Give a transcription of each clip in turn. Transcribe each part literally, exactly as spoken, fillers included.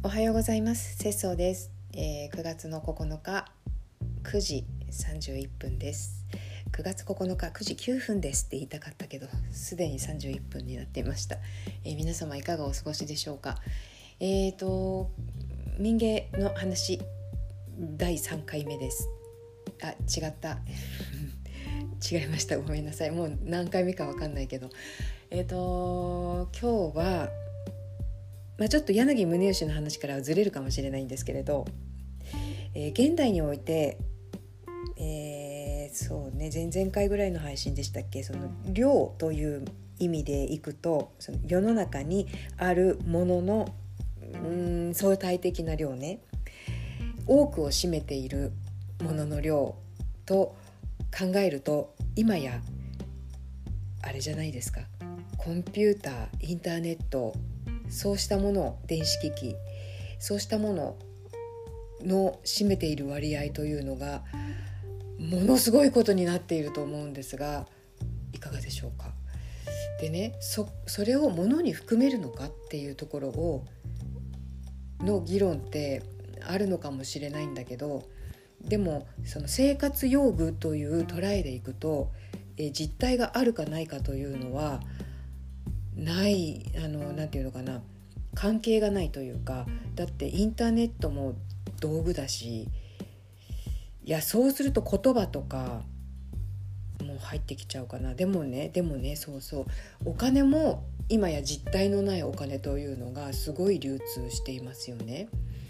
おはようございます。節操です、えー、くがつのここのかくじさんじゅういっぷんです。くがつここのかくじきゅうふんですって言いたかったけど、すでにさんじゅういっぷんになっていました。えー、皆様いかがお過ごしでしょうか。えーと民芸の話だいさんかいめです。あ、違った違いました、ごめんなさい。もう何回目か分かんないけど、えーと今日はまあ、ちょっと柳宗悦の話からはずれるかもしれないんですけれど、えー、現代において、えー、そうね前々回ぐらいの配信でしたっけ、その量という意味でいくと、その世の中にあるもののうーん相対的な量ね、多くを占めているものの量と考えると、今やあれじゃないですか、コンピューター、インターネット、そうしたもの、電子機器、そうしたものの占めている割合というのがものすごいことになっていると思うんですが、いかがでしょうか。でね、そ, それをものに含めるのかっていうところをの議論ってあるのかもしれないんだけど、でもその生活用具という捉えでいくと、え実態があるかないかというのはない、あのなんていうのかな、関係がないというか、だってインターネットも道具だし、いやそうすると言葉とかもう入ってきちゃうかな。でもねでもねそうそうお金も今や実体のないお金というのがすごい流通していますよね。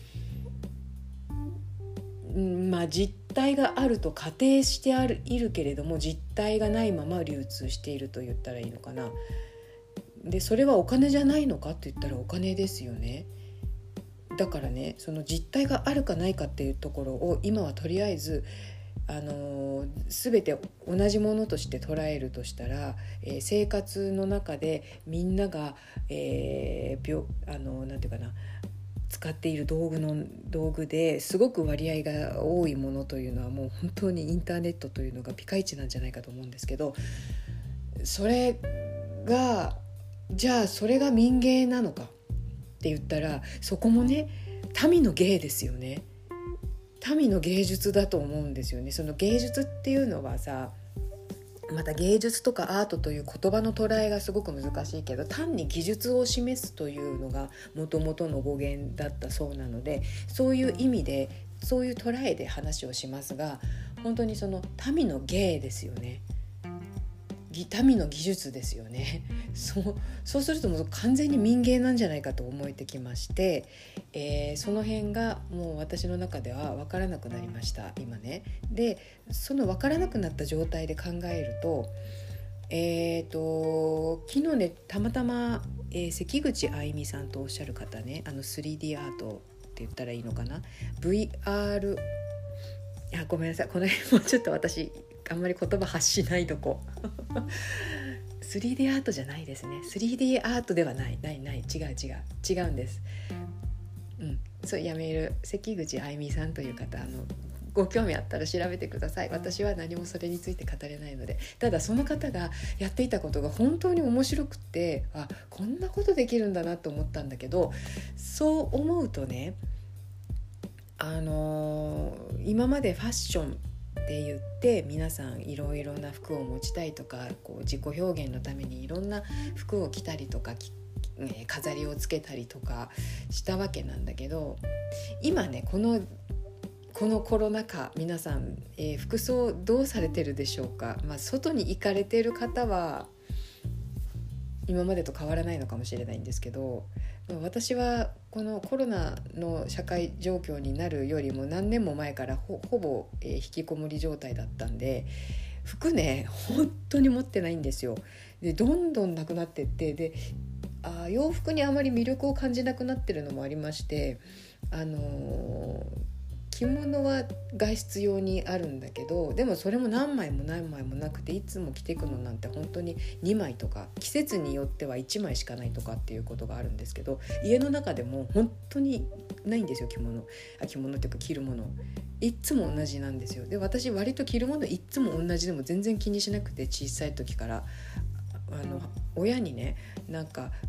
んまあ実体があると仮定してあるいるけれども、実体がないまま流通していると言ったらいいのかな。でそれはお金じゃないのかって言ったらお金ですよね。だからね、その実態があるかないかっていうところを今はとりあえずあのー、全て同じものとして捉えるとしたら、えー、生活の中でみんなが、えー、病あのー、なんていうかな使っている道具の道具ですごく割合が多いものというのは、もう本当にインターネットというのがピカイチなんじゃないかと思うんですけど、それがじゃあそれが民芸なのかって言ったら、そこもね民の芸ですよね。民の芸術だと思うんですよね。その芸術っていうのはさ、また芸術とかアートという言葉の捉えがすごく難しいけど、単に技術を示すというのが元々の語源だったそうなので、そういう意味でそういう捉えで話をしますが、本当にその民の芸ですよね。民の技術ですよね。そう、そうするともう完全に民芸なんじゃないかと思えてきまして、えー、その辺がもう私の中では分からなくなりました今ね。でその分からなくなった状態で考えると、えーと昨日ねたまたま、えー、関口愛美さんとおっしゃる方ね、あの スリーディー アートって言ったらいいのかな、 ブイアール、いやごめんなさい、この辺もちょっと私あんまり言葉発しないとこスリーディー アートじゃないですね。 スリーディー アートではないないない違う違う違うんです。うんそうやめる関口愛美さんという方、あのご興味あったら調べてください。私は何もそれについて語れないので。ただその方がやっていたことが本当に面白くて、あこんなことできるんだなと思ったんだけど、そう思うとね、あのー、今までファッションって言って皆さんいろいろな服を持ちたいとか、こう自己表現のためにいろんな服を着たりとか、飾りをつけたりとかしたわけなんだけど、今ねこのこのコロナ禍、皆さん、えー、服装どうされてるでしょうか。まあ、外に行かれている方は今までと変わらないのかもしれないんですけど、私はこのコロナの社会状況になるよりも何年も前から ほ, ほぼ、えー、引きこもり状態だったんで、服ね本当に持ってないんですよ。でどんどんなくなってって、であ洋服にあまり魅力を感じなくなってるのもありまして、あのー着物は外出用にあるんだけど、でもそれも何枚も何枚もなくて、いつも着ていくのなんて本当ににまいとか、季節によってはいちまいしかないとかっていうことがあるんですけど、家の中でも本当にないんですよ着物。あ着物っていうか着るものいつも同じなんですよ。で私割と着るものいつも同じでも全然気にしなくて、小さい時からあの親にね、なんか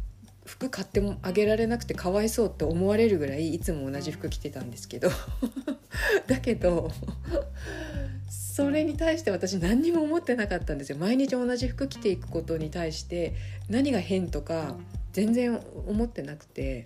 服買ってもあげられなくてかわいそうって思われるぐらいいつも同じ服着てたんですけどだけどそれに対して私何にも思ってなかったんですよ。毎日同じ服着ていくことに対して何が変とか全然思ってなくて、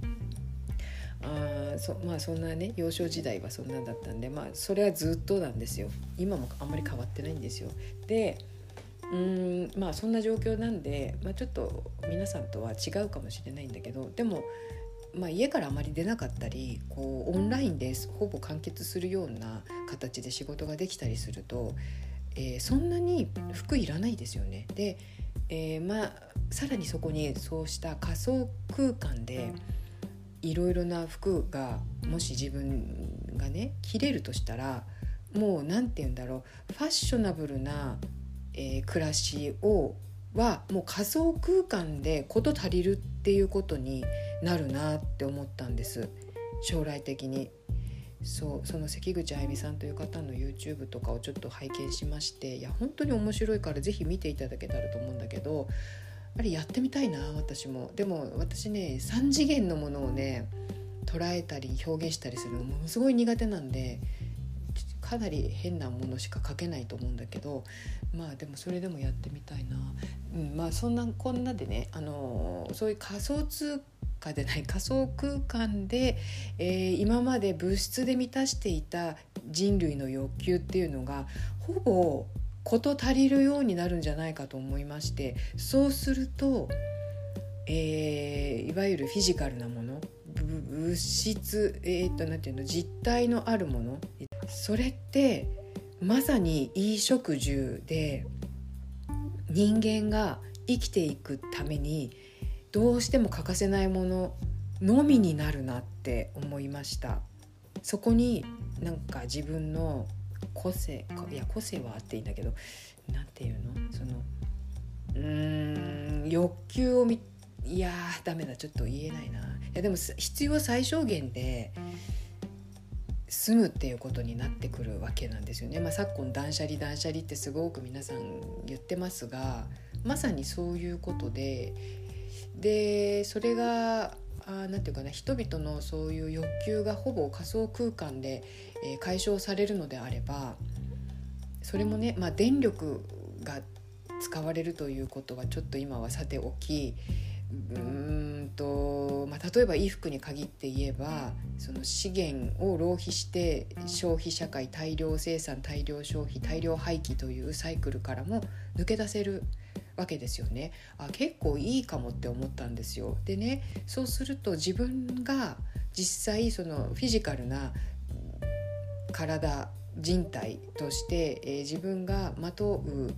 あそまあそんなね幼少時代はそんなんだったんで、まあそれはずっとなんですよ。今もあんまり変わってないんですよ。でうーんまあそんな状況なんで、まあ、ちょっと皆さんとは違うかもしれないんだけど、でもまあ、家からあまり出なかったりこうオンラインでほぼ完結するような形で仕事ができたりすると、えー、そんなに服いらないですよね。で、えーまあ、さらにそこにそうした仮想空間でいろいろな服がもし自分がね着れるとしたら、もうなんて言うんだろう、ファッショナブルな、えー、暮らしをはもう仮想空間で事足りるっていうことになるなって思ったんです、将来的に。そうその関口あゆみさんという方の YouTube とかをちょっと拝見しまして、いや本当に面白いからぜひ見ていただけたらと思うんだけど、あれやってみたいな私も。でも私ねさん次元のものをね捉えたり表現したりするのものすごい苦手なんで、かなり変なものしか書けないと思うんだけど、まあでもそれでもやってみたいな、うん、まあそんなこんなでね、あのそういう仮想通貨でない仮想空間で、えー、今まで物質で満たしていた人類の欲求っていうのがほぼ事足りるようになるんじゃないかと思いまして、そうすると、えー、いわゆるフィジカルなもの、物質、えー、っとなんていうの、実体のあるもの、それってまさに衣食住で人間が生きていくためにどうしても欠かせないもののみになるなって思いました。そこになんか自分の個性、いや個性はあっていいんだけど、なんていうの、そのうーん欲求をみいやーダメだ、ちょっと言えないな。いやでも必要最小限で済むっていうことになってくるわけなんですよね。まあ、昨今断捨離断捨離ってすごく皆さん言ってますが、まさにそういうことで、でそれがあなんていうかな、人々のそういう欲求がほぼ仮想空間で、えー、解消されるのであれば、それもね、まあ、電力が使われるということはちょっと今はさておき、うーんと、まあ、例えば衣服に限って言えば、その資源を浪費して消費社会、大量生産大量消費大量廃棄というサイクルからも抜け出せるわけですよね。あ、結構いいかもって思ったんですよ。でね、そうすると自分が実際そのフィジカルな体人体として、えー、自分がまとう、うん、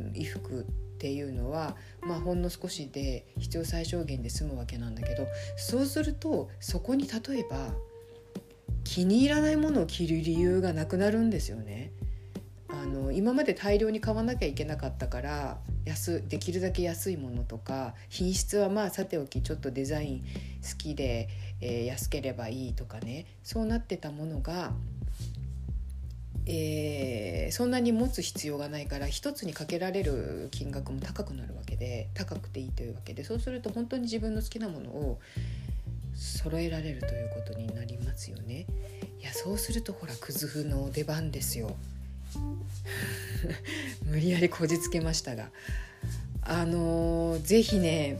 衣服っていうのは、まあ、ほんの少しで必要最小限で済むわけなんだけど、そうするとそこに例えば気に入らないものを着る理由がなくなるんですよね。あの今まで大量に買わなきゃいけなかったから、安できるだけ安いものとか、品質はまあさておきちょっとデザイン好きで、えー、安ければいいとかね、そうなってたものが、えー、そんなに持つ必要がないから一つにかけられる金額も高くなるわけで、高くていいというわけで、そうすると本当に自分の好きなものを揃えられるということになりますよね。いやそうするとほらクズ風の出番ですよ無理やりこじつけましたが、あのー、ぜひね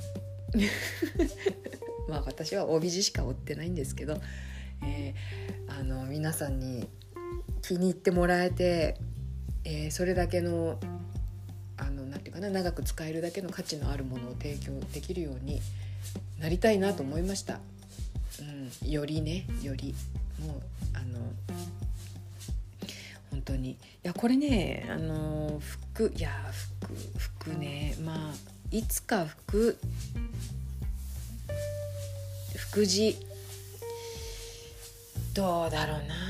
まあ私は帯地しか追ってないんですけど、えー、あの皆さんに気に入ってもらえて、えー、それだけのあのなんていうかな、長く使えるだけの価値のあるものを提供できるようになりたいなと思いました、うん、よりねよりもうあの本当に、いやこれね、あの服いや服服ね、まあいつか服服地どうだろうな、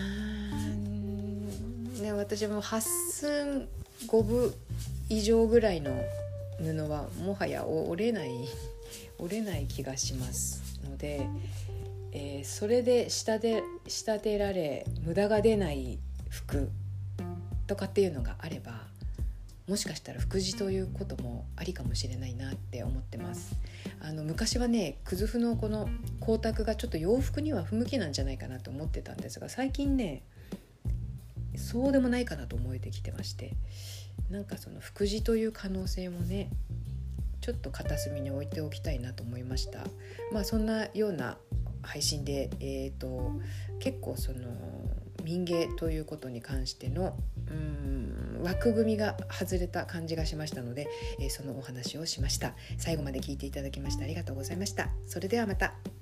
ね、私もはっ寸ごぶ以上ぐらいの布はもはや折れない折れない気がしますので、えー、それで仕立て、仕立てられ無駄が出ない服とかっていうのがあればもしかしたら副次ということもありかもしれないなって思ってます。あの昔はね、クズフのこの光沢がちょっと洋服には不向きなんじゃないかなと思ってたんですが、最近ねそうでもないかなと思えてきてまして、なんかその副次という可能性もねちょっと片隅に置いておきたいなと思いました。まあそんなような配信で、えーと、結構その民芸ということに関してのうーん枠組みが外れた感じがしましたので、えー、そのお話をしました。最後まで聞いていただきましてありがとうございました。それではまた。